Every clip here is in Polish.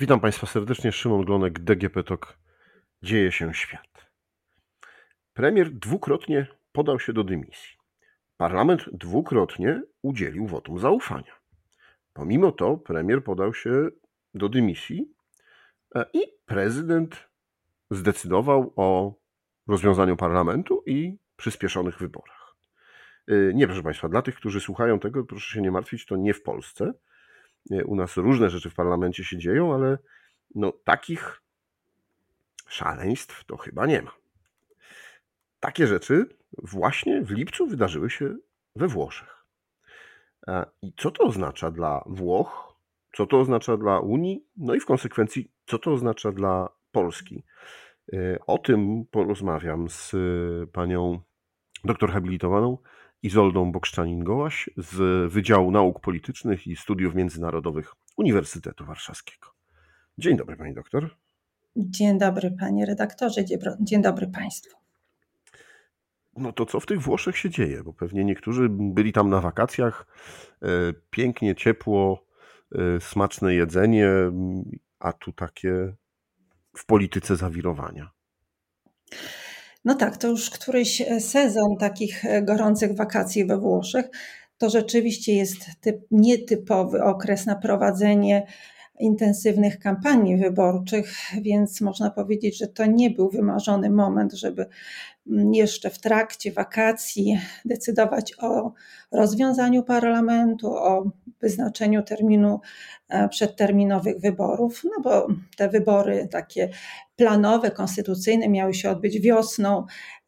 Witam Państwa serdecznie, Szymon Glonek, DGP TOK. Dzieje się świat. Premier dwukrotnie podał się do dymisji. Parlament dwukrotnie udzielił wotum zaufania. Pomimo to premier podał się do dymisji i prezydent zdecydował o rozwiązaniu parlamentu i przyspieszonych wyborach. Nie, proszę Państwa, dla tych, którzy słuchają tego, proszę się nie martwić, to nie w Polsce. U nas różne rzeczy w parlamencie się dzieją, ale takich szaleństw to chyba nie ma. Takie rzeczy właśnie w lipcu wydarzyły się we Włoszech. I co to oznacza dla Włoch? Co to oznacza dla Unii? No i w konsekwencji, co to oznacza dla Polski? O tym porozmawiam z panią doktor habilitowaną Izoldą Bokszczanin-Gołaś z Wydziału Nauk Politycznych i Studiów Międzynarodowych Uniwersytetu Warszawskiego. Dzień dobry, pani doktor. Dzień dobry, panie redaktorze. Dzień dobry państwu. No to co w tych Włoszech się dzieje? Bo pewnie niektórzy byli tam na wakacjach, pięknie, ciepło, smaczne jedzenie, a tu takie w polityce zawirowania. No tak, to już któryś sezon takich gorących wakacji we Włoszech. To rzeczywiście jest nietypowy okres na prowadzenie intensywnych kampanii wyborczych, więc można powiedzieć, że to nie był wymarzony moment, żeby jeszcze w trakcie wakacji decydować o rozwiązaniu parlamentu, o wyznaczeniu terminu przedterminowych wyborów, no bo te wybory takie planowe, konstytucyjne miały się odbyć wiosną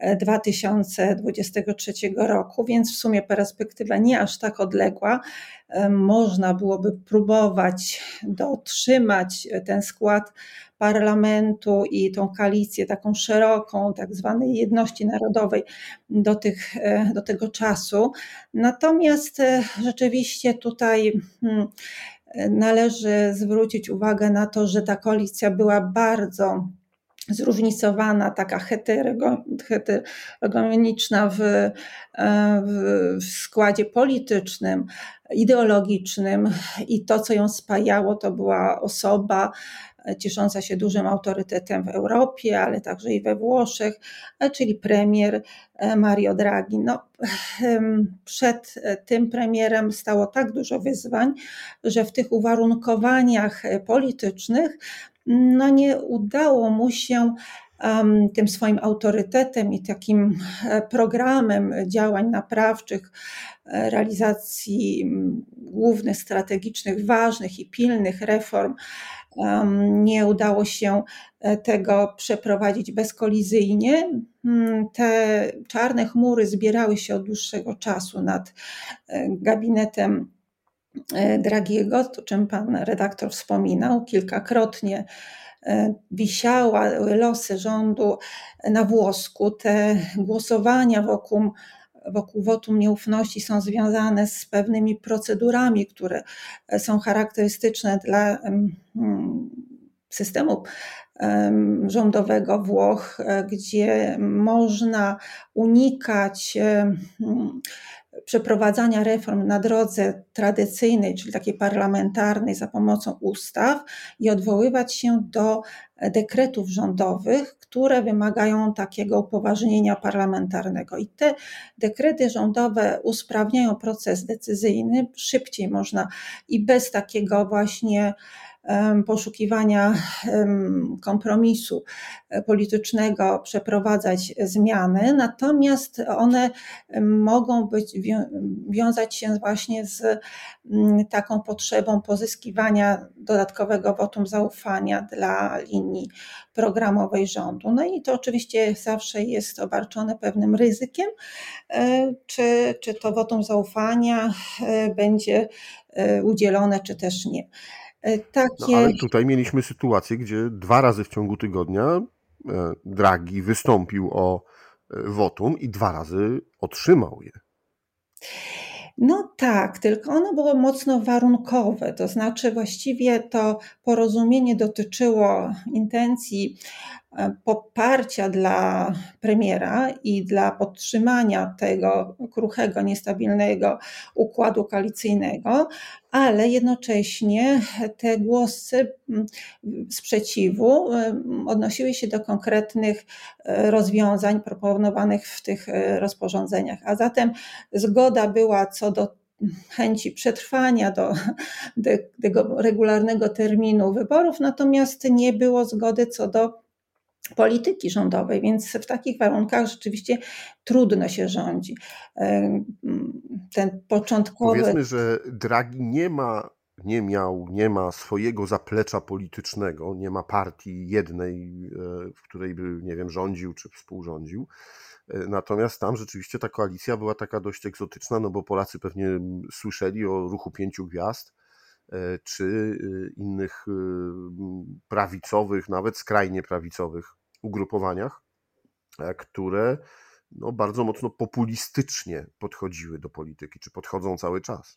2023 roku, więc w sumie perspektywa nie aż tak odległa. Można byłoby próbować dotrzymać ten skład parlamentu i tą koalicję taką szeroką, tak zwanej jedności narodowej do tego czasu. Natomiast rzeczywiście tutaj należy zwrócić uwagę na to, że ta koalicja była bardzo zróżnicowana, taka heterogeniczna w składzie politycznym, ideologicznym i to, co ją spajało, to była osoba ciesząca się dużym autorytetem w Europie, ale także i we Włoszech, czyli premier Mario Draghi. Przed tym premierem stało tak dużo wyzwań, że w tych uwarunkowaniach politycznych nie udało mu się tym swoim autorytetem i takim programem działań naprawczych, realizacji głównych, strategicznych, ważnych i pilnych reform, nie udało się tego przeprowadzić bezkolizyjnie. Te czarne chmury zbierały się od dłuższego czasu nad gabinetem Draghiego, o czym pan redaktor wspominał. Kilkakrotnie wisiały losy rządu na włosku. Te głosowania wokół wotum nieufności są związane z pewnymi procedurami, które są charakterystyczne dla systemu rządowego Włoch, gdzie można unikać przeprowadzania reform na drodze tradycyjnej, czyli takiej parlamentarnej za pomocą ustaw i odwoływać się do dekretów rządowych, które wymagają takiego upoważnienia parlamentarnego. I te dekrety rządowe usprawniają proces decyzyjny, szybciej można i bez takiego właśnie poszukiwania kompromisu politycznego przeprowadzać zmiany, natomiast one mogą wiązać się właśnie z taką potrzebą pozyskiwania dodatkowego wotum zaufania dla linii programowej rządu. No i to oczywiście zawsze jest obarczone pewnym ryzykiem, czy to wotum zaufania będzie udzielone, czy też nie. Ale tutaj mieliśmy sytuację, gdzie 2 razy w ciągu tygodnia Draghi wystąpił o wotum i 2 razy otrzymał je. No tak, tylko ono było mocno warunkowe, to znaczy właściwie to porozumienie dotyczyło intencji poparcia dla premiera i dla podtrzymania tego kruchego, niestabilnego układu koalicyjnego, ale jednocześnie te głosy sprzeciwu odnosiły się do konkretnych rozwiązań proponowanych w tych rozporządzeniach. A zatem zgoda była co do chęci przetrwania do tego regularnego terminu wyborów, natomiast nie było zgody co do polityki rządowej, więc w takich warunkach rzeczywiście trudno się rządzi. Ten początkowy... Powiedzmy, że Draghi nie ma swojego zaplecza politycznego, nie ma partii jednej, w której by, nie wiem, rządził czy współrządził. Natomiast tam rzeczywiście ta koalicja była taka dość egzotyczna, no bo Polacy pewnie słyszeli o Ruchu Pięciu Gwiazd, czy innych prawicowych, nawet skrajnie prawicowych ugrupowaniach, które no, bardzo mocno populistycznie podchodziły do polityki, czy podchodzą cały czas.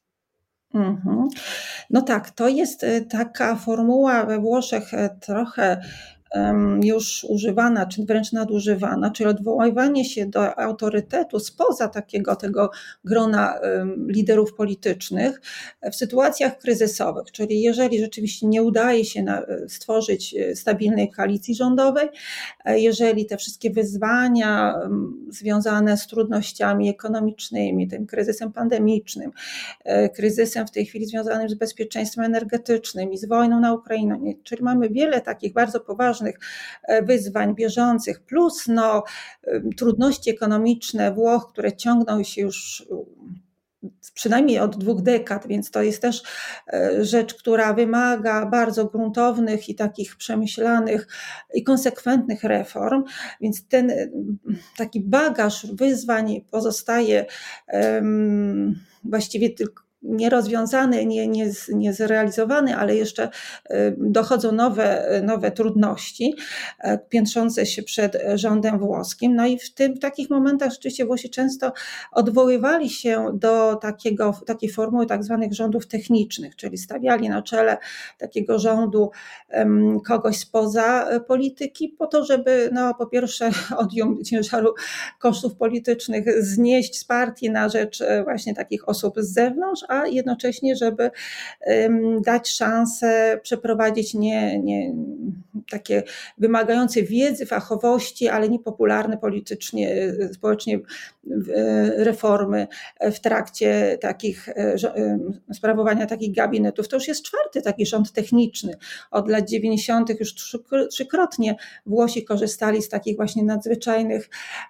No tak, to jest taka formuła we Włoszech trochę już używana, czy wręcz nadużywana, czyli odwoływanie się do autorytetu spoza tego grona liderów politycznych w sytuacjach kryzysowych, czyli jeżeli rzeczywiście nie udaje się stworzyć stabilnej koalicji rządowej, jeżeli te wszystkie wyzwania związane z trudnościami ekonomicznymi, tym kryzysem pandemicznym, kryzysem w tej chwili związanym z bezpieczeństwem energetycznym i z wojną na Ukrainie, czyli mamy wiele takich bardzo poważnych wyzwań bieżących, plus trudności ekonomiczne Włoch, które ciągną się już przynajmniej od 2 dekad, więc to jest też rzecz, która wymaga bardzo gruntownych i takich przemyślanych i konsekwentnych reform, więc ten taki bagaż wyzwań pozostaje właściwie tylko nierozwiązany, nie zrealizowany, ale jeszcze dochodzą nowe trudności piętrzące się przed rządem włoskim. No i w takich momentach rzeczywiście Włosi często odwoływali się do takiej formuły tak zwanych rządów technicznych, czyli stawiali na czele takiego rządu kogoś spoza polityki po to, żeby po pierwsze odjął ciężaru kosztów politycznych znieść z partii na rzecz właśnie takich osób z zewnątrz, a jednocześnie, żeby dać szansę przeprowadzić takie wymagające wiedzy, fachowości, ale niepopularne politycznie, społecznie reformy w trakcie sprawowania takich gabinetów. To już jest 4. taki rząd techniczny. Od lat 90. już 3-krotnie Włosi korzystali z takich właśnie nadzwyczajnych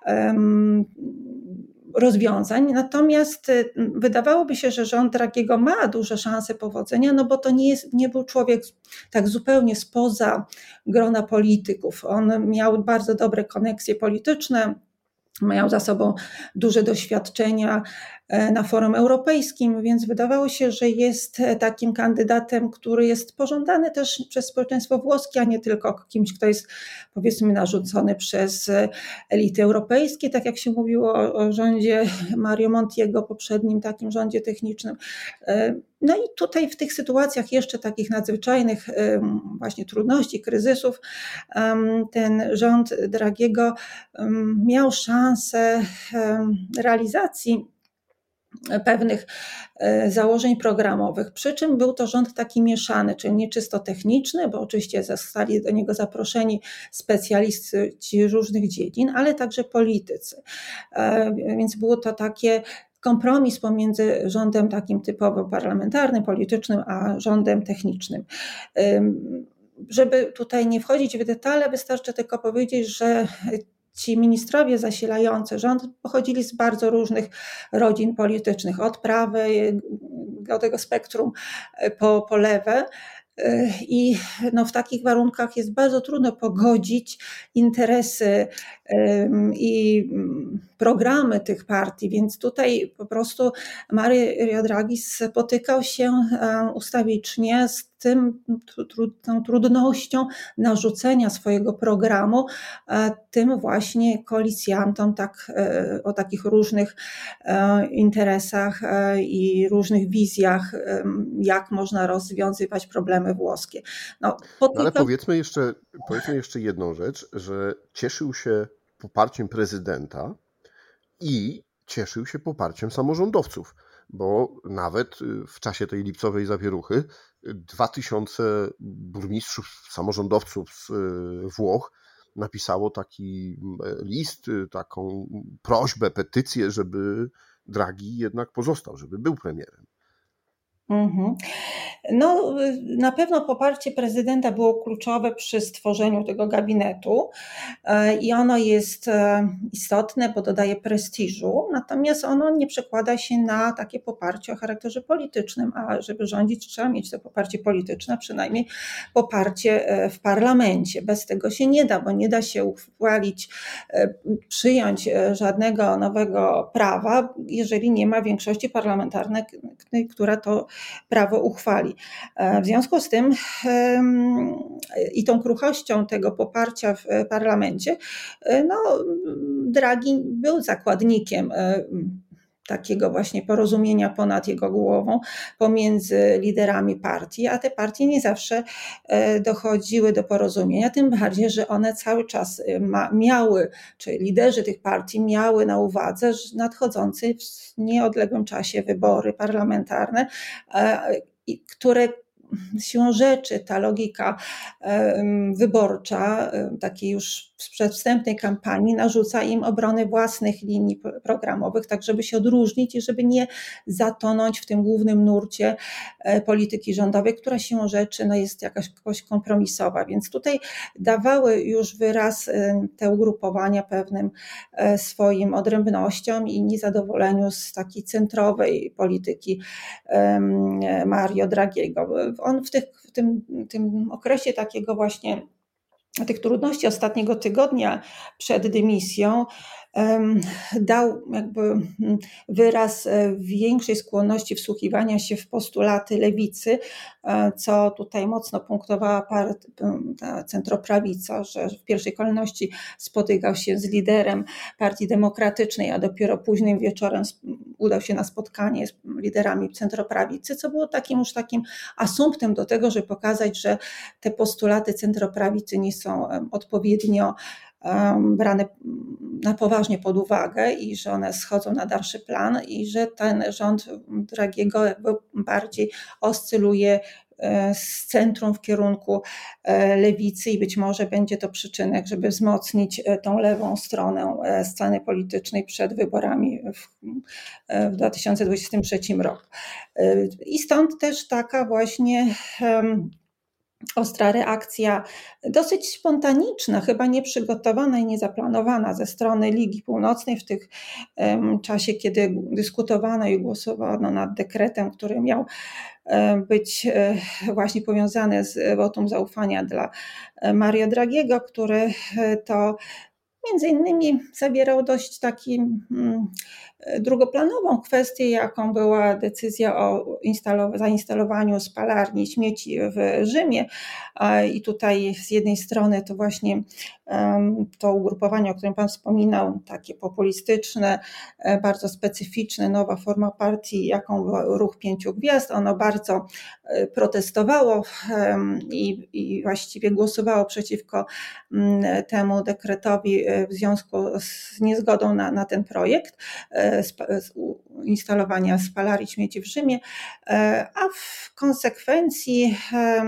rozwiązań. Natomiast wydawałoby się, że rząd Draghiego ma duże szanse powodzenia, no bo to nie był człowiek tak zupełnie spoza grona polityków. On miał bardzo dobre koneksje polityczne, miał za sobą duże doświadczenia na forum europejskim, więc wydawało się, że jest takim kandydatem, który jest pożądany też przez społeczeństwo włoskie, a nie tylko kimś, kto jest powiedzmy narzucony przez elity europejskie, tak jak się mówiło o rządzie Mario Montiego, poprzednim takim rządzie technicznym. No i tutaj w tych sytuacjach jeszcze takich nadzwyczajnych właśnie trudności, kryzysów, ten rząd Draghiego miał szansę realizacji pewnych założeń programowych, przy czym był to rząd taki mieszany, czyli nie czysto techniczny, bo oczywiście zostali do niego zaproszeni specjaliści różnych dziedzin, ale także politycy. Więc było to takie kompromis pomiędzy rządem takim typowo parlamentarnym, politycznym, a rządem technicznym. Żeby tutaj nie wchodzić w detale, wystarczy tylko powiedzieć, że ci ministrowie zasilający rząd pochodzili z bardzo różnych rodzin politycznych, od prawej do tego spektrum po lewe. I w takich warunkach jest bardzo trudno pogodzić interesy i programy tych partii, więc tutaj po prostu Mario Draghi spotykał się ustawicznie z tą trudnością narzucenia swojego programu tym właśnie koalicjantom o takich różnych interesach i różnych wizjach, jak można rozwiązywać problemy włoskie. Ale powiedzmy jeszcze jedną rzecz, że cieszył się poparciem prezydenta i cieszył się poparciem samorządowców, bo nawet w czasie tej lipcowej zawieruchy 2000 burmistrzów, samorządowców z Włoch napisało taki list, taką prośbę, petycję, żeby Draghi jednak pozostał, żeby był premierem. Na pewno poparcie prezydenta było kluczowe przy stworzeniu tego gabinetu i ono jest istotne, bo dodaje prestiżu, natomiast ono nie przekłada się na takie poparcie o charakterze politycznym, a żeby rządzić trzeba mieć to poparcie polityczne, przynajmniej poparcie w parlamencie. Bez tego się nie da, bo nie da się przyjąć żadnego nowego prawa, jeżeli nie ma większości parlamentarnej, która to prawo uchwali. W związku z tym i tą kruchością tego poparcia w parlamencie, Draghi był zakładnikiem takiego właśnie porozumienia ponad jego głową pomiędzy liderami partii, a te partie nie zawsze dochodziły do porozumienia, tym bardziej, że one cały czas miały, czyli liderzy tych partii miały na uwadze nadchodzące w nieodległym czasie wybory parlamentarne, które siłą rzeczy ta logika wyborcza, takiej już przedwstępnej kampanii, narzuca im obronę własnych linii programowych, tak żeby się odróżnić i żeby nie zatonąć w tym głównym nurcie polityki rządowej, która siłą rzeczy jest jakoś kompromisowa. Więc tutaj dawały już wyraz te ugrupowania pewnym swoim odrębnościom i niezadowoleniu z takiej centrowej polityki Mario Draghiego. On w tym okresie takiego właśnie tych trudności ostatniego tygodnia przed dymisją dał jakby wyraz większej skłonności wsłuchiwania się w postulaty lewicy, co tutaj mocno punktowała ta centroprawica, że w pierwszej kolejności spotykał się z liderem Partii Demokratycznej, a dopiero późnym wieczorem udał się na spotkanie z liderami centroprawicy, co było takim asumptem do tego, żeby pokazać, że te postulaty centroprawicy nie są odpowiednio brane na poważnie pod uwagę i że one schodzą na dalszy plan i że ten rząd Draghiego bardziej oscyluje z centrum w kierunku lewicy i być może będzie to przyczynek, żeby wzmocnić tą lewą stronę sceny politycznej przed wyborami w 2023 roku. I stąd też taka właśnie ostra reakcja, dosyć spontaniczna, chyba nieprzygotowana i niezaplanowana ze strony Ligi Północnej w tym czasie, kiedy dyskutowano i głosowano nad dekretem, który miał być właśnie powiązany z wotum zaufania dla Mario Draghiego, który to między innymi zawierał dość drugoplanową kwestię, jaką była decyzja o zainstalowaniu spalarni śmieci w Rzymie. I tutaj z jednej strony to właśnie to ugrupowanie, o którym Pan wspominał, takie populistyczne, bardzo specyficzne, nowa forma partii, jaką był Ruch Pięciu Gwiazd. Ono bardzo protestowało i właściwie głosowało przeciwko temu dekretowi w związku z niezgodą na ten projekt instalowania spalarni śmieci w Rzymie, a w konsekwencji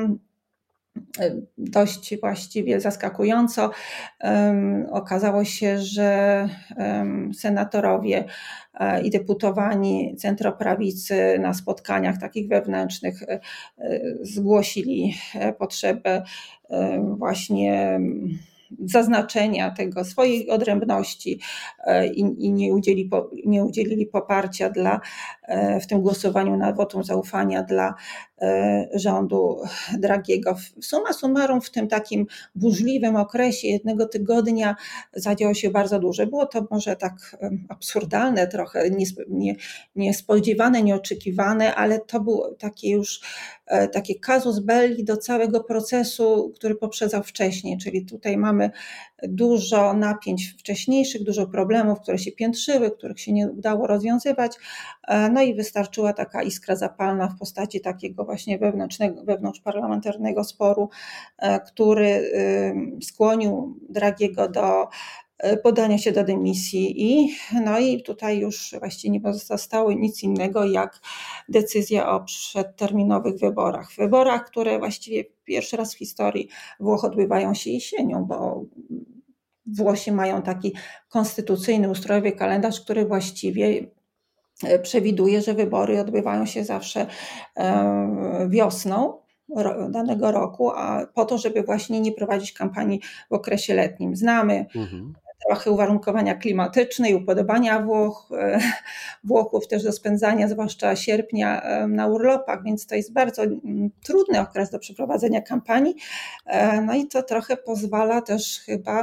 dość właściwie zaskakująco okazało się, że senatorowie i deputowani centroprawicy na spotkaniach takich wewnętrznych zgłosili potrzebę właśnie zaznaczenia tego swojej odrębności i nie udzielili poparcia w tym głosowaniu nad wotum zaufania dla rządu Dragiego. Summa summarum w tym takim burzliwym okresie 1 tygodnia zadziało się bardzo dużo. Było to może tak absurdalne trochę, niespodziewane, nieoczekiwane, ale to był taki casus belli do całego procesu, który poprzedzał wcześniej, czyli tutaj mamy dużo napięć wcześniejszych, dużo problemów, które się piętrzyły, których się nie udało rozwiązywać, no i wystarczyła taka iskra zapalna w postaci takiego właśnie wewnątrzparlamentarnego sporu, który skłonił Dragiego do podania się do dymisji i tutaj już właściwie nie pozostało nic innego jak decyzja o przedterminowych wyborach. Wyborach, które właściwie pierwszy raz w historii Włoch odbywają się jesienią, bo Włosi mają taki konstytucyjny, ustrojowy kalendarz, który właściwie przewiduje, że wybory odbywają się zawsze wiosną danego roku, a po to, żeby właśnie nie prowadzić kampanii w okresie letnim. Znamy trochę uwarunkowania klimatyczne i upodobania Włochów też do spędzania, zwłaszcza sierpnia, na urlopach, więc to jest bardzo trudny okres do przeprowadzenia kampanii. No i to trochę pozwala też chyba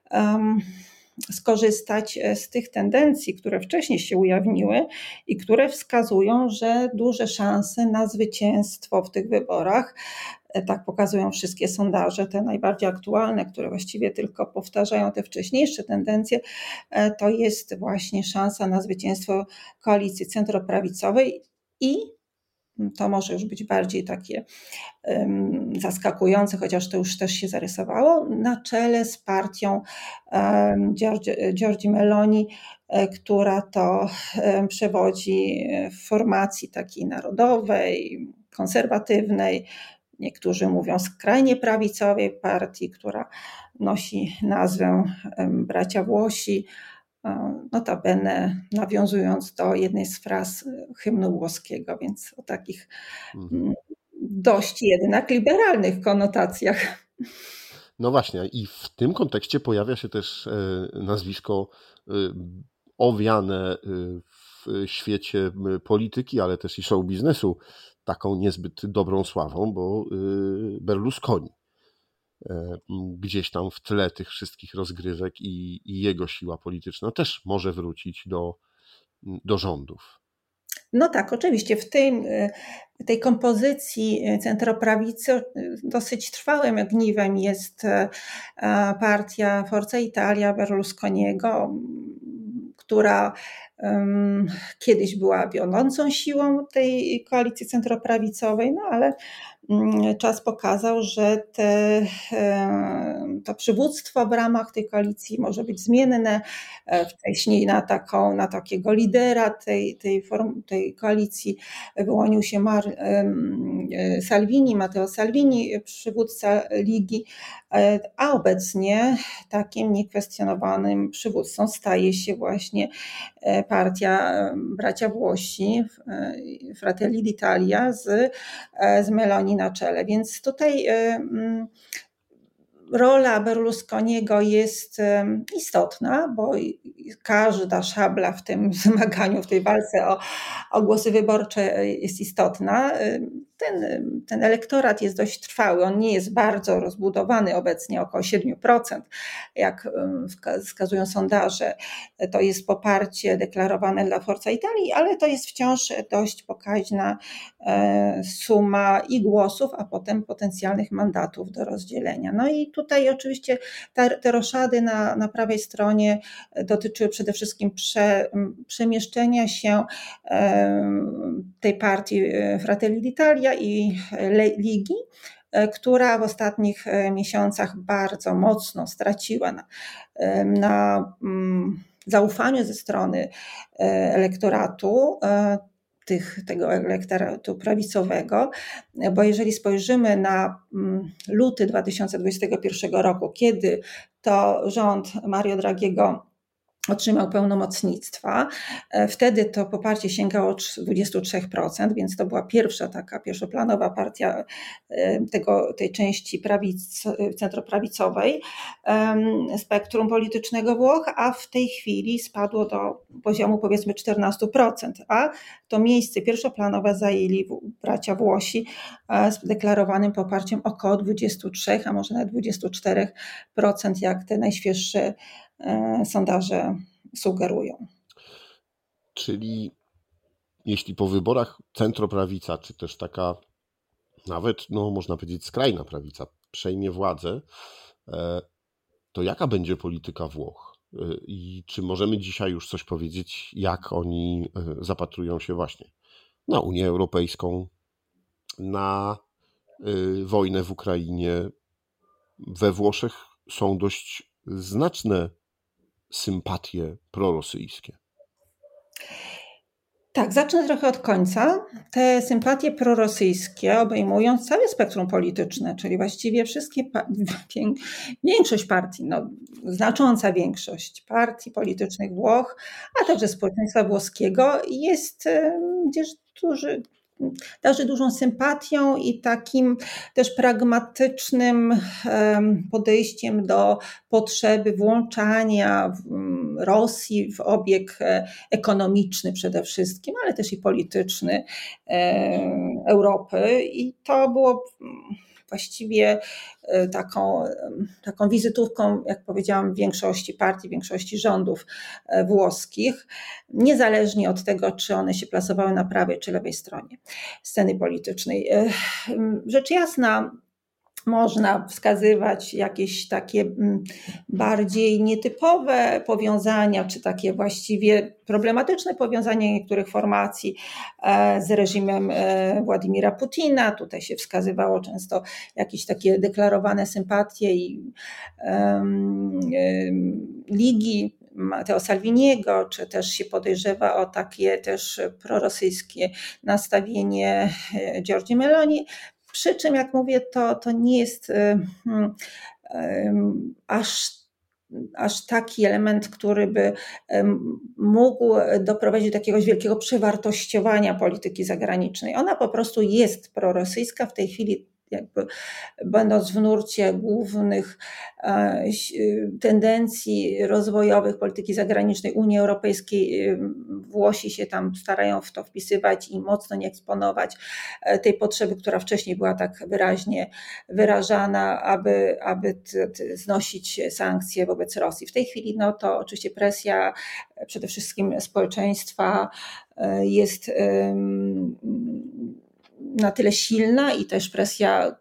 skorzystać z tych tendencji, które wcześniej się ujawniły i które wskazują, że duże szanse na zwycięstwo w tych wyborach, tak pokazują wszystkie sondaże, te najbardziej aktualne, które właściwie tylko powtarzają te wcześniejsze tendencje, to jest właśnie szansa na zwycięstwo koalicji centroprawicowej i to może już być bardziej takie zaskakujące, chociaż to już też się zarysowało, na czele z partią Giorgi Meloni, która to przewodzi w formacji takiej narodowej, konserwatywnej, niektórzy mówią skrajnie prawicowej partii, która nosi nazwę Bracia Włosi, notabene nawiązując do jednej z fraz hymnu włoskiego, więc o takich dość jednak liberalnych konotacjach. No właśnie, i w tym kontekście pojawia się też nazwisko owiane w świecie polityki, ale też i show biznesu taką niezbyt dobrą sławą, bo Berlusconi. Gdzieś tam w tle tych wszystkich rozgrywek i jego siła polityczna też może wrócić do rządów. No tak, oczywiście w tej kompozycji centroprawicy dosyć trwałym ogniwem jest partia Forza Italia Berlusconiego, która kiedyś była wiodącą siłą tej koalicji centroprawicowej, no ale czas pokazał, że to przywództwo w ramach tej koalicji może być zmienne. Wcześniej na takiego lidera tej koalicji wyłonił się Matteo Salvini, przywódca Ligi, a obecnie takim niekwestionowanym przywódcą staje się właśnie partia Bracia Włosi, Fratelli d'Italia z Meloni na czele. Więc tutaj rola Berlusconiego jest istotna, bo każda szabla w tym zmaganiu, w tej walce o głosy wyborcze jest istotna. Ten elektorat jest dość trwały, on nie jest bardzo rozbudowany obecnie, około 7%, jak wskazują sondaże. To jest poparcie deklarowane dla Forza Italii, ale to jest wciąż dość pokaźna suma i głosów, a potem potencjalnych mandatów do rozdzielenia. No i tutaj oczywiście te roszady na prawej stronie dotyczyły przede wszystkim przemieszczenia się tej partii Fratelli d'Italia i Ligi, która w ostatnich miesiącach bardzo mocno straciła na zaufaniu ze strony elektoratu, tego elektoratu prawicowego, bo jeżeli spojrzymy na luty 2021 roku, kiedy to rząd Mario Draghiego otrzymał pełnomocnictwa. Wtedy to poparcie sięgało 23%, więc to była pierwsza taka pierwszoplanowa partia tej części centroprawicowej spektrum politycznego Włoch, a w tej chwili spadło do poziomu powiedzmy 14%, a to miejsce pierwszoplanowe zajęli bracia Włosi z deklarowanym poparciem około 23, a może nawet 24%, jak te najświeższe sondaże sugerują. Czyli jeśli po wyborach centroprawica, czy też taka nawet, można powiedzieć, skrajna prawica przejmie władzę, to jaka będzie polityka Włoch? I czy możemy dzisiaj już coś powiedzieć, jak oni zapatrują się właśnie na Unię Europejską, na wojnę w Ukrainie? We Włoszech są dość znaczne sympatie prorosyjskie. Tak, zacznę trochę od końca. Te sympatie prorosyjskie obejmują całe spektrum polityczne, czyli właściwie większość partii, znacząca większość partii politycznych Włoch, a także społeczeństwa włoskiego jest darzy dużą sympatią i takim też pragmatycznym podejściem do potrzeby włączania Rosji w obieg ekonomiczny przede wszystkim, ale też i polityczny Europy. I to było właściwie taką wizytówką, jak powiedziałam, większości partii, większości rządów włoskich, niezależnie od tego, czy one się plasowały na prawej czy lewej stronie sceny politycznej. Rzecz jasna, można wskazywać jakieś takie bardziej nietypowe powiązania, czy takie właściwie problematyczne powiązania niektórych formacji z reżimem Władimira Putina. Tutaj się wskazywało często jakieś takie deklarowane sympatie i ligi Matteo Salviniego, czy też się podejrzewa o takie też prorosyjskie nastawienie Giorgi Meloni. Przy czym, jak mówię, to nie jest aż taki element, który by mógł doprowadzić do jakiegoś wielkiego przewartościowania polityki zagranicznej. Ona po prostu jest prorosyjska w tej chwili, jakby będąc w nurcie głównych tendencji rozwojowych polityki zagranicznej Unii Europejskiej. Włosi się tam starają w to wpisywać i mocno nie eksponować tej potrzeby, która wcześniej była tak wyraźnie wyrażana, aby znosić sankcje wobec Rosji. W tej chwili to oczywiście presja przede wszystkim społeczeństwa jest na tyle silna i też presja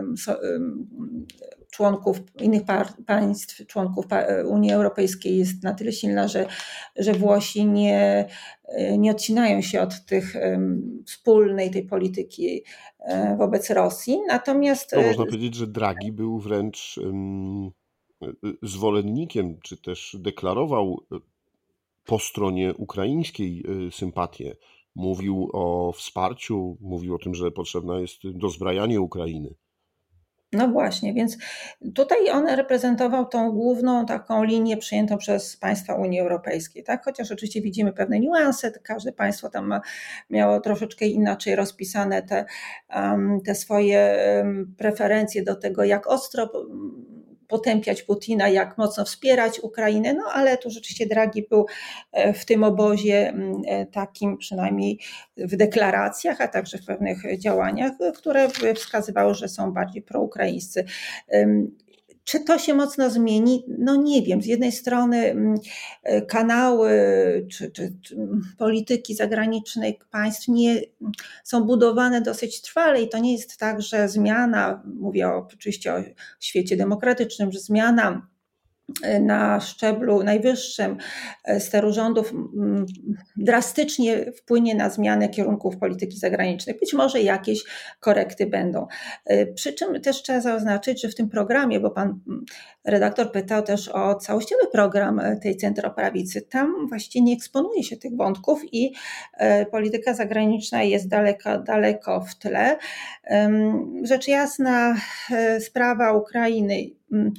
członków innych państw, członków Unii Europejskiej jest na tyle silna, że Włosi nie odcinają się od wspólnej tej polityki wobec Rosji. Natomiast można powiedzieć, że Draghi był wręcz zwolennikiem, czy też deklarował po stronie ukraińskiej sympatię. Mówił o wsparciu, mówił o tym, że potrzebne jest dozbrajanie Ukrainy. No właśnie, więc tutaj on reprezentował tą główną taką linię przyjętą przez państwa Unii Europejskiej, tak? Chociaż oczywiście widzimy pewne niuanse, każde państwo tam miało troszeczkę inaczej rozpisane te swoje preferencje do tego, jak ostro potępiać Putina, jak mocno wspierać Ukrainę, ale tu rzeczywiście Draghi był w tym obozie takim przynajmniej w deklaracjach, a także w pewnych działaniach, które wskazywały, że są bardziej proukraińscy. Czy to się mocno zmieni? Nie wiem. Z jednej strony kanały czy polityki zagranicznej państw nie są budowane dosyć trwale i to nie jest tak, że zmiana, mówię oczywiście o świecie demokratycznym, że zmiana na szczeblu najwyższym steru rządów drastycznie wpłynie na zmianę kierunków polityki zagranicznej. Być może jakieś korekty będą. Przy czym też trzeba zaznaczyć, że w tym programie, bo pan redaktor pytał też o całościowy program tej centroprawicy, tam właściwie nie eksponuje się tych wątków i polityka zagraniczna jest daleko w tle. Rzecz jasna, sprawa Ukrainy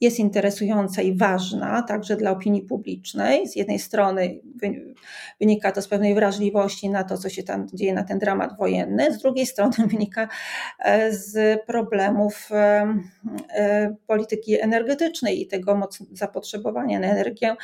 jest interesująca i ważna także dla opinii publicznej. Z jednej strony wynika to z pewnej wrażliwości na to, co się tam dzieje, na ten dramat wojenny, z drugiej strony wynika z problemów polityki energetycznej i tego zapotrzebowania na energię.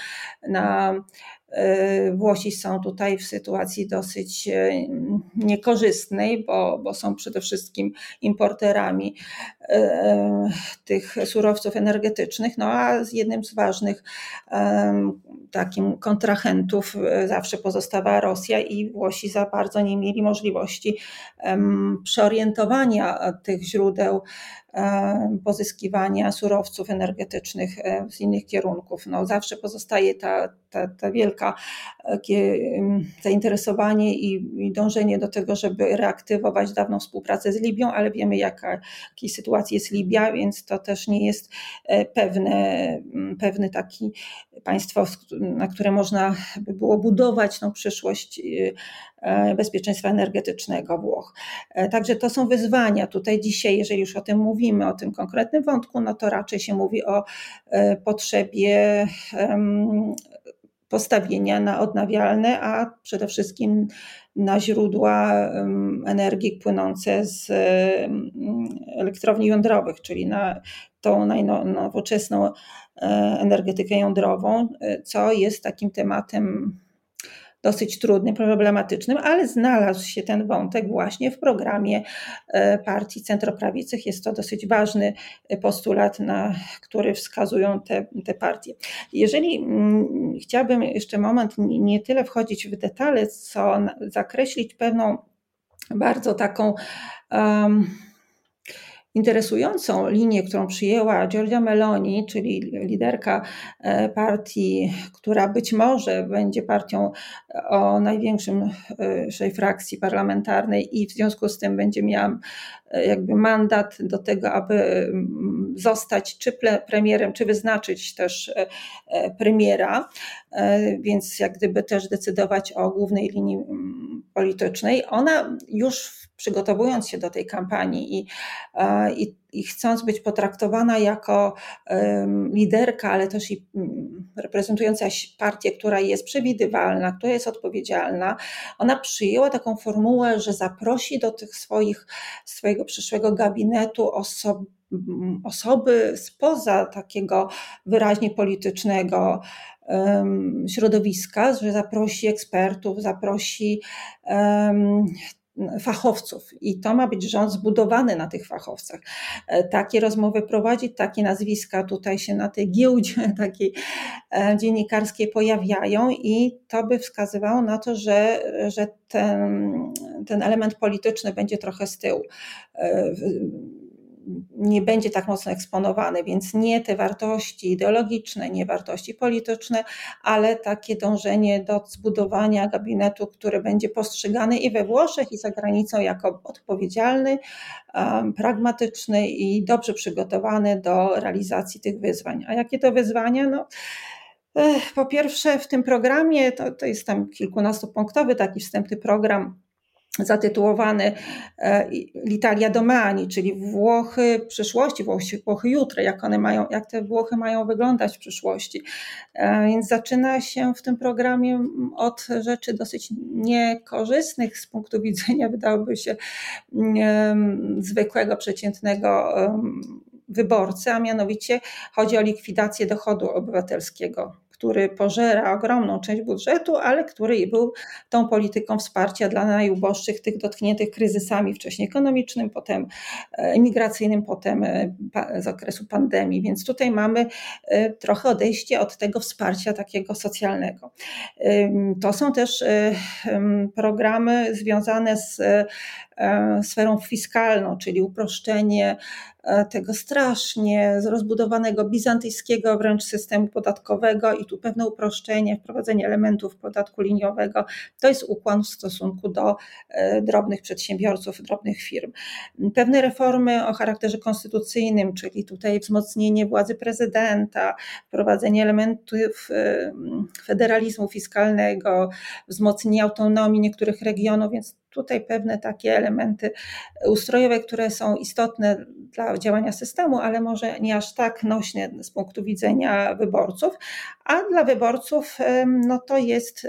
Włosi są tutaj w sytuacji dosyć niekorzystnej, bo są przede wszystkim importerami tych surowców energetycznych, a jednym z ważnych takim kontrahentów zawsze pozostawała Rosja i Włosi za bardzo nie mieli możliwości przeorientowania tych źródeł pozyskiwania surowców energetycznych z innych kierunków. Zawsze pozostaje ta wielka zainteresowanie i dążenie do tego, żeby reaktywować dawną współpracę z Libią, ale wiemy, jakiej sytuacji jest Libia, więc to też nie jest pewne takie państwo, na które można by było budować przyszłość bezpieczeństwa energetycznego Włoch. Także to są wyzwania. Tutaj dzisiaj, jeżeli już o tym mówimy, o tym konkretnym wątku, to raczej się mówi o potrzebie postawienia na odnawialne, a przede wszystkim na źródła energii płynące z elektrowni jądrowych, czyli na tą najnowoczesną energetykę jądrową, co jest takim tematem dosyć trudnym, problematycznym, ale znalazł się ten wątek właśnie w programie partii centroprawiczych. Jest to dosyć ważny postulat, na który wskazują te partie. Jeżeli chciałabym jeszcze moment nie tyle wchodzić w detale, co zakreślić pewną bardzo taką interesującą linię, którą przyjęła Giorgia Meloni, czyli liderka partii, która być może będzie partią o największej frakcji parlamentarnej i w związku z tym będzie miała jakby mandat do tego, aby zostać czy premierem, czy wyznaczyć też premiera, więc jak gdyby też decydować o głównej linii politycznej. Ona już przygotowując się do tej kampanii i chcąc być potraktowana jako liderka, ale też i reprezentująca partię, która jest przewidywalna, która jest odpowiedzialna, ona przyjęła taką formułę, że zaprosi do tych swojego przyszłego gabinetu osoby spoza takiego wyraźnie politycznego środowiska, że zaprosi ekspertów, zaprosi fachowców i to ma być rząd zbudowany na tych fachowcach. Takie rozmowy prowadzić, takie nazwiska tutaj się na tej giełdzie takiej dziennikarskiej pojawiają i to by wskazywało na to, że ten element polityczny będzie trochę z tyłu. Nie będzie tak mocno eksponowany, więc nie te wartości ideologiczne, nie wartości polityczne, ale takie dążenie do zbudowania gabinetu, który będzie postrzegany i we Włoszech, i za granicą jako odpowiedzialny, pragmatyczny i dobrze przygotowany do realizacji tych wyzwań. A jakie to wyzwania? Po pierwsze w tym programie, to jest tam kilkunastopunktowy taki wstępny program, zatytułowany L'Italia domani, czyli Włochy przyszłości, Włochy jutra, jak te Włochy mają wyglądać w przyszłości. Więc zaczyna się w tym programie od rzeczy dosyć niekorzystnych z punktu widzenia, wydałoby się, zwykłego, przeciętnego wyborcy, a mianowicie chodzi o likwidację dochodu obywatelskiego, który pożera ogromną część budżetu, ale który był tą polityką wsparcia dla najuboższych, tych dotkniętych kryzysami wcześniej ekonomicznym, potem imigracyjnym, potem z okresu pandemii. Więc tutaj mamy trochę odejście od tego wsparcia takiego socjalnego. To są też programy związane z sferą fiskalną, czyli uproszczenie tego strasznie rozbudowanego bizantyjskiego wręcz systemu podatkowego i tu pewne uproszczenie, wprowadzenie elementów podatku liniowego. To jest ukłon w stosunku do drobnych przedsiębiorców, drobnych firm. Pewne reformy o charakterze konstytucyjnym, czyli tutaj wzmocnienie władzy prezydenta, wprowadzenie elementów federalizmu fiskalnego, wzmocnienie autonomii niektórych regionów, więc tutaj pewne takie elementy ustrojowe, które są istotne dla działania systemu, ale może nie aż tak nośne z punktu widzenia wyborców, a dla wyborców no to jest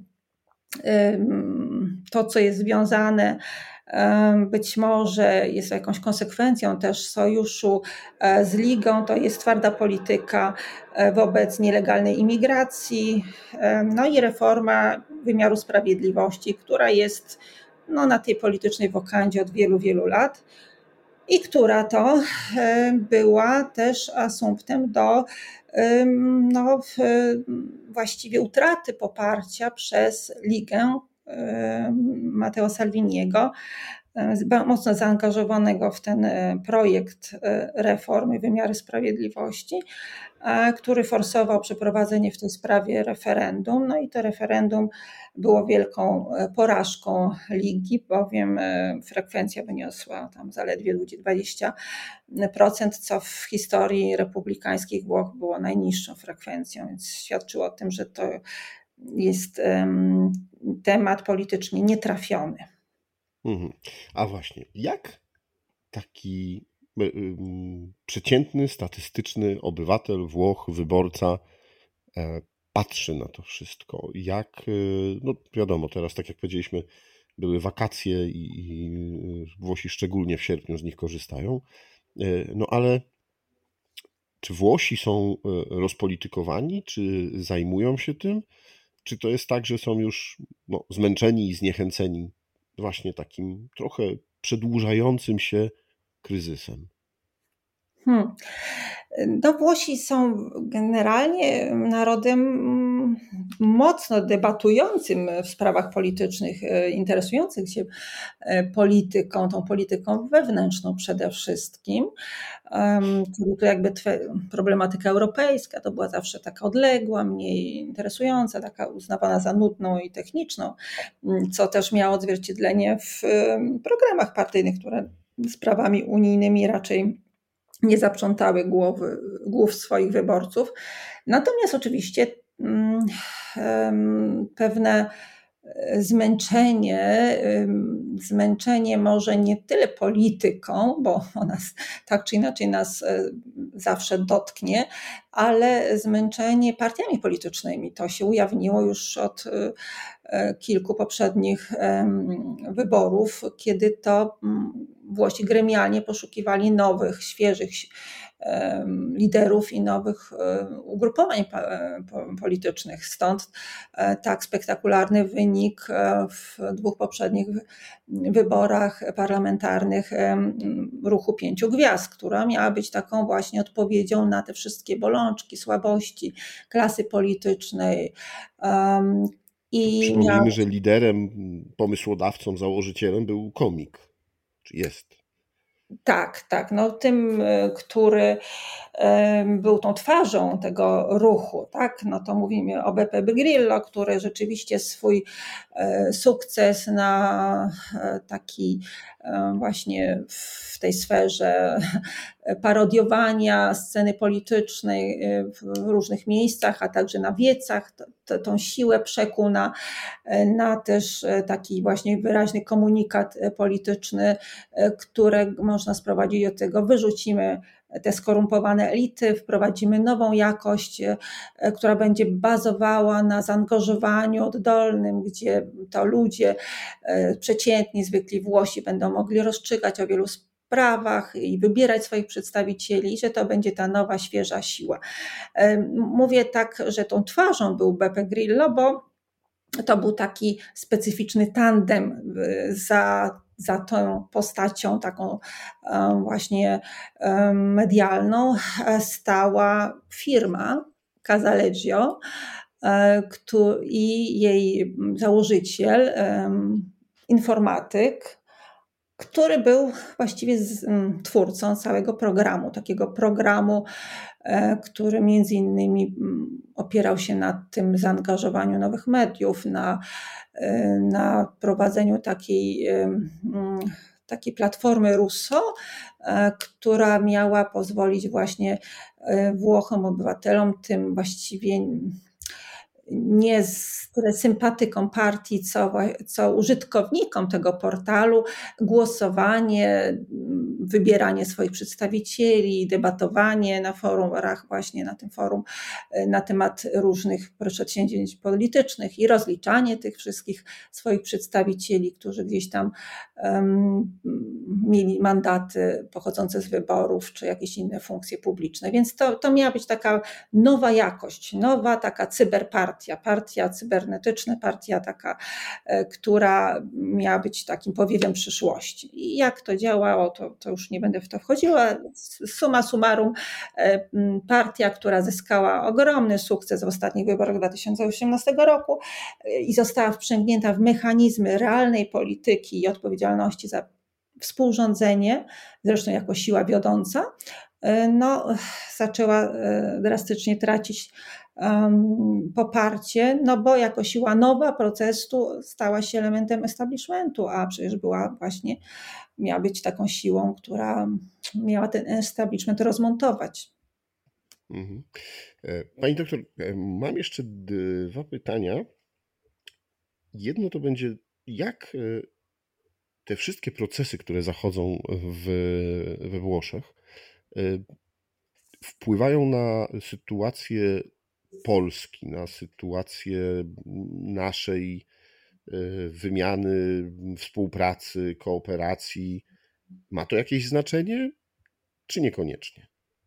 to, co jest związane być może jest jakąś konsekwencją też sojuszu z Ligą, to jest twarda polityka wobec nielegalnej imigracji, no i reforma wymiaru sprawiedliwości, która jest no, na tej politycznej wokandzie od wielu, wielu lat i która to była też asumptem do no, właściwie utraty poparcia przez Ligę Matteo Salviniego, mocno zaangażowanego w ten projekt reformy wymiaru sprawiedliwości, który forsował przeprowadzenie w tej sprawie referendum. No i to referendum było wielką porażką Ligi, bowiem frekwencja wyniosła tam zaledwie 20%, co w historii republikańskich Włoch było najniższą frekwencją, więc świadczyło o tym, że to jest temat politycznie nietrafiony. A właśnie, jak taki przeciętny, statystyczny obywatel Włoch, wyborca patrzy na to wszystko? Jak, no wiadomo, teraz tak jak powiedzieliśmy, były wakacje i Włosi szczególnie w sierpniu z nich korzystają, no ale czy Włosi są rozpolitykowani, czy zajmują się tym, czy to jest tak, że są już zmęczeni i zniechęceni właśnie takim trochę przedłużającym się kryzysem? No, Włosi są generalnie narodem mocno debatującym w sprawach politycznych, interesujących się polityką, tą polityką wewnętrzną przede wszystkim. Czyli to jakby problematyka europejska to była zawsze taka odległa, mniej interesująca, taka uznawana za nudną i techniczną, co też miało odzwierciedlenie w programach partyjnych, które sprawami unijnymi raczej nie zaprzątały głów swoich wyborców. Natomiast oczywiście pewne zmęczenie może nie tyle polityką, bo ona tak czy inaczej nas zawsze dotknie, ale zmęczenie partiami politycznymi. To się ujawniło już od kilku poprzednich wyborów, kiedy to Włosi gremialnie poszukiwali nowych, świeżych liderów i nowych ugrupowań politycznych. Stąd tak spektakularny wynik w dwóch poprzednich wyborach parlamentarnych ruchu 5 gwiazd, która miała być taką właśnie odpowiedzią na te wszystkie bolączki, słabości klasy politycznej. Przypomnijmy, że liderem, pomysłodawcą, założycielem był komik. Czy jest? Tak. No, tym, który był tą twarzą tego ruchu, tak? No to mówimy o Beppe Grillo, który rzeczywiście swój sukces na taki właśnie w tej sferze parodiowania sceny politycznej w różnych miejscach, a także na wiecach, tą siłę przekuł na też taki właśnie wyraźny komunikat polityczny, który można sprowadzić do tego, wyrzucimy te skorumpowane elity, wprowadzimy nową jakość, która będzie bazowała na zaangażowaniu oddolnym, gdzie to ludzie przeciętni, zwykli Włosi będą mogli rozstrzygać o wielu sprawach i wybierać swoich przedstawicieli, że to będzie ta nowa, świeża siła. Mówię tak, że tą twarzą był Beppe Grillo, bo to był taki specyficzny tandem za tą postacią taką właśnie medialną stała firma Casaleggio i jej założyciel, informatyk, który był właściwie twórcą całego programu, takiego programu, który między innymi opierał się na tym zaangażowaniu nowych mediów, na prowadzeniu takiej platformy Russo, która miała pozwolić właśnie Włochom, obywatelom, tym właściwie nie tyle sympatykom partii, co użytkownikom tego portalu głosowanie, wybieranie swoich przedstawicieli, debatowanie na forumach, właśnie na tym forum, na temat różnych przedsięwzięć politycznych i rozliczanie tych wszystkich swoich przedstawicieli, którzy gdzieś tam mieli mandaty pochodzące z wyborów czy jakieś inne funkcje publiczne. Więc to miała być taka nowa jakość, nowa taka cyberpartia, partia cybernetyczna, partia taka, która miała być takim powiewem przyszłości. I jak to działało, to już nie będę w to wchodziła. Summa summarum, partia, która zyskała ogromny sukces w ostatnich wyborach 2018 roku i została wprzęgnięta w mechanizmy realnej polityki i odpowiedzialności za współrządzenie, zresztą jako siła wiodąca, zaczęła drastycznie tracić poparcie, bo jako siła nowa protestu stała się elementem establishmentu, a przecież miała być taką siłą, która miała ten establishment rozmontować. Mhm. Pani doktor, mam jeszcze 2 pytania. Jedno to będzie, jak te wszystkie procesy, które zachodzą we Włoszech, wpływają na sytuację Polski, na sytuację naszej wymiany, współpracy, kooperacji. Ma to jakieś znaczenie, czy niekoniecznie?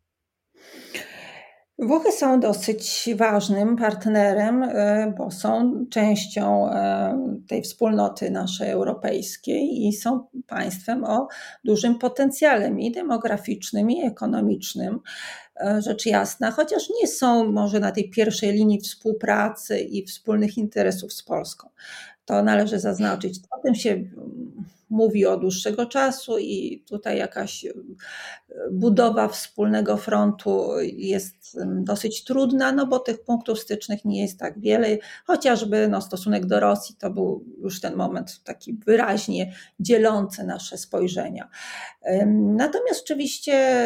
Włochy są dosyć ważnym partnerem, bo są częścią tej wspólnoty naszej europejskiej i są państwem o dużym potencjale i demograficznym, i ekonomicznym, rzecz jasna, chociaż nie są może na tej pierwszej linii współpracy i wspólnych interesów z Polską. To należy zaznaczyć. O tym się mówi od dłuższego czasu i tutaj jakaś budowa wspólnego frontu jest dosyć trudna, bo tych punktów stycznych nie jest tak wiele. Chociażby stosunek do Rosji to był już ten moment taki wyraźnie dzielący nasze spojrzenia. Natomiast oczywiście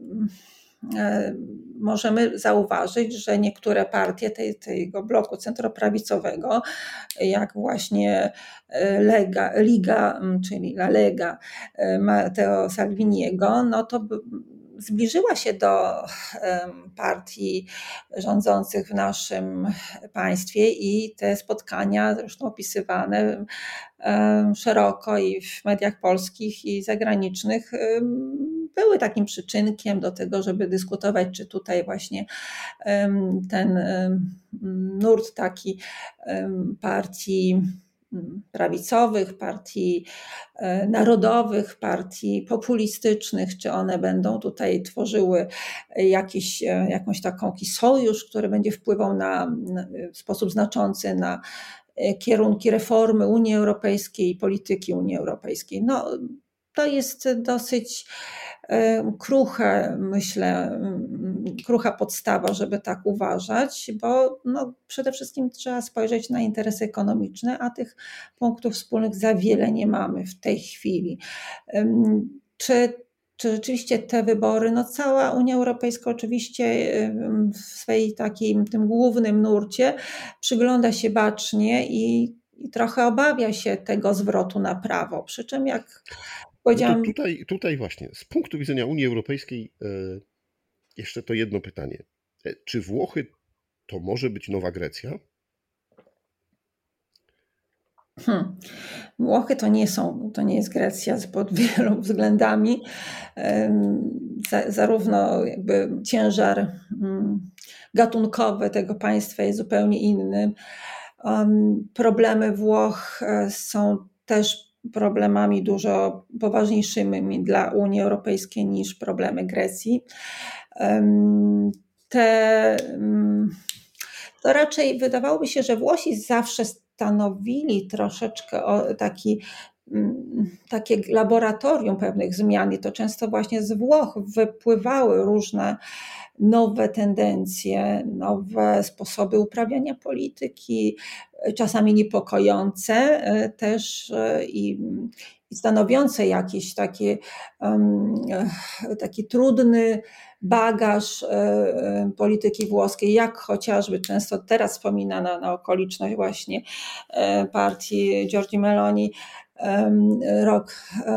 możemy zauważyć, że niektóre partie tego bloku centroprawicowego, jak właśnie Liga, czyli La Lega Matteo Salviniego, to zbliżyła się do partii rządzących w naszym państwie i te spotkania, zresztą opisywane szeroko i w mediach polskich i zagranicznych, były takim przyczynkiem do tego, żeby dyskutować, czy tutaj właśnie ten nurt taki partii prawicowych, partii narodowych, partii populistycznych, czy one będą tutaj tworzyły jakąś taki sojusz, który będzie wpływał w sposób znaczący na kierunki reformy Unii Europejskiej i polityki Unii Europejskiej. To jest dosyć krucha podstawa, żeby tak uważać, bo przede wszystkim trzeba spojrzeć na interesy ekonomiczne, a tych punktów wspólnych za wiele nie mamy w tej chwili. Czy rzeczywiście te wybory, cała Unia Europejska oczywiście w swojej tym głównym nurcie przygląda się bacznie i trochę obawia się tego zwrotu na prawo. Przy czym jak powiedziałam... Tutaj właśnie, z punktu widzenia Unii Europejskiej, jeszcze to jedno pytanie. Czy Włochy to może być nowa Grecja? Włochy to nie jest Grecja pod wieloma względami. Zarówno jakby ciężar gatunkowy tego państwa jest zupełnie inny. Problemy Włoch są też problemami dużo poważniejszymi dla Unii Europejskiej niż problemy Grecji. To raczej wydawałoby się, że Włosi zawsze stanowili troszeczkę takie laboratorium pewnych zmian i to często właśnie z Włoch wypływały różne nowe tendencje, nowe sposoby uprawiania polityki, czasami niepokojące też i stanowiące jakiś taki trudny bagaż polityki włoskiej, jak chociażby często teraz wspominana na okoliczność właśnie partii Giorgi Meloni, rok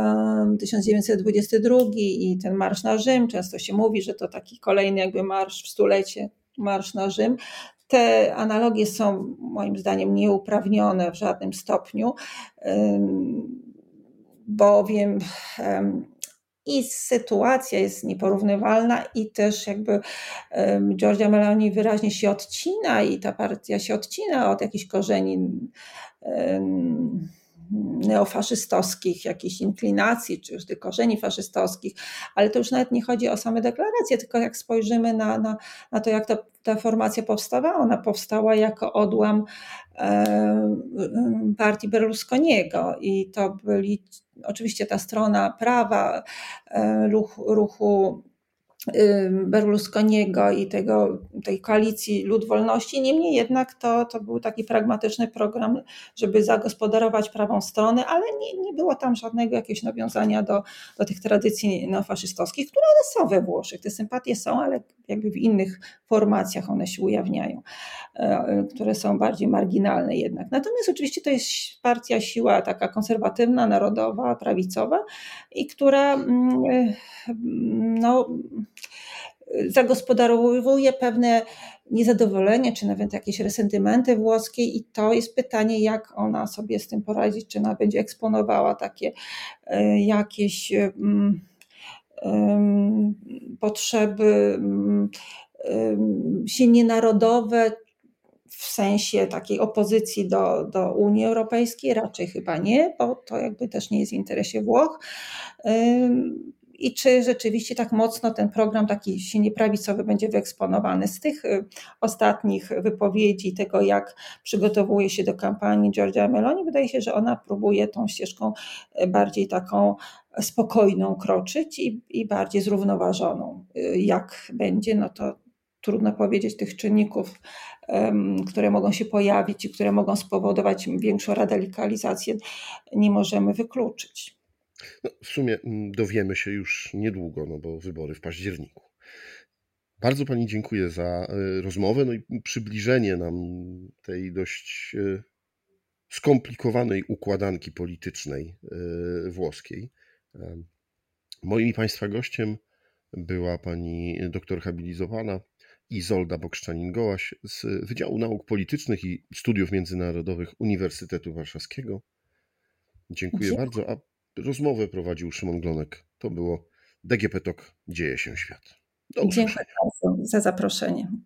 1922 i ten marsz na Rzym. Często się mówi, że to taki kolejny jakby marsz w stulecie, marsz na Rzym. Te analogie są moim zdaniem nieuprawnione w żadnym stopniu, bowiem i sytuacja jest nieporównywalna i też jakby Giorgia Meloni wyraźnie się odcina i ta partia się odcina od jakichś korzeni neofaszystowskich, jakichś inklinacji, czy już tych korzeni faszystowskich, ale to już nawet nie chodzi o same deklaracje, tylko jak spojrzymy na to, jak ta formacja powstawała, ona powstała jako odłam partii Berlusconiego i to byli oczywiście ta strona prawa ruchu Berlusconiego i tej koalicji Lud Wolności. Niemniej jednak to był taki pragmatyczny program, żeby zagospodarować prawą stronę, ale nie było tam żadnego jakiegoś nawiązania do tych tradycji neofaszystowskich, które one są we Włoszech. Te sympatie są, ale jakby w innych formacjach one się ujawniają, które są bardziej marginalne jednak. Natomiast oczywiście to jest partia, siła taka konserwatywna, narodowa, prawicowa i która zagospodarowuje pewne niezadowolenie, czy nawet jakieś resentymenty włoskie i to jest pytanie, jak ona sobie z tym poradzi, czy ona będzie eksponowała takie jakieś potrzeby silnie narodowe, w sensie takiej opozycji do Unii Europejskiej, raczej chyba nie, bo to jakby też nie jest w interesie Włoch. I czy rzeczywiście tak mocno ten program taki silnie prawicowy będzie wyeksponowany. Z tych ostatnich wypowiedzi, tego jak przygotowuje się do kampanii Giorgia Meloni, wydaje się, że ona próbuje tą ścieżką bardziej taką spokojną kroczyć i bardziej zrównoważoną. Jak będzie, no to trudno powiedzieć, tych czynników, które mogą się pojawić i które mogą spowodować większą radykalizację, nie możemy wykluczyć. No, w sumie dowiemy się już niedługo, no bo wybory w październiku. Bardzo Pani dziękuję za rozmowę, no i przybliżenie nam tej dość skomplikowanej układanki politycznej włoskiej. Moim i Państwa gościem była pani doktor habilitowana Izolda Bokszczanin-Gołaś z Wydziału Nauk Politycznych i Studiów Międzynarodowych Uniwersytetu Warszawskiego. Dziękuję bardzo, a rozmowę prowadził Szymon Glonek. To było DGP Talk. Dzieje się świat. Do usłyszenia. Dziękuję bardzo za zaproszenie.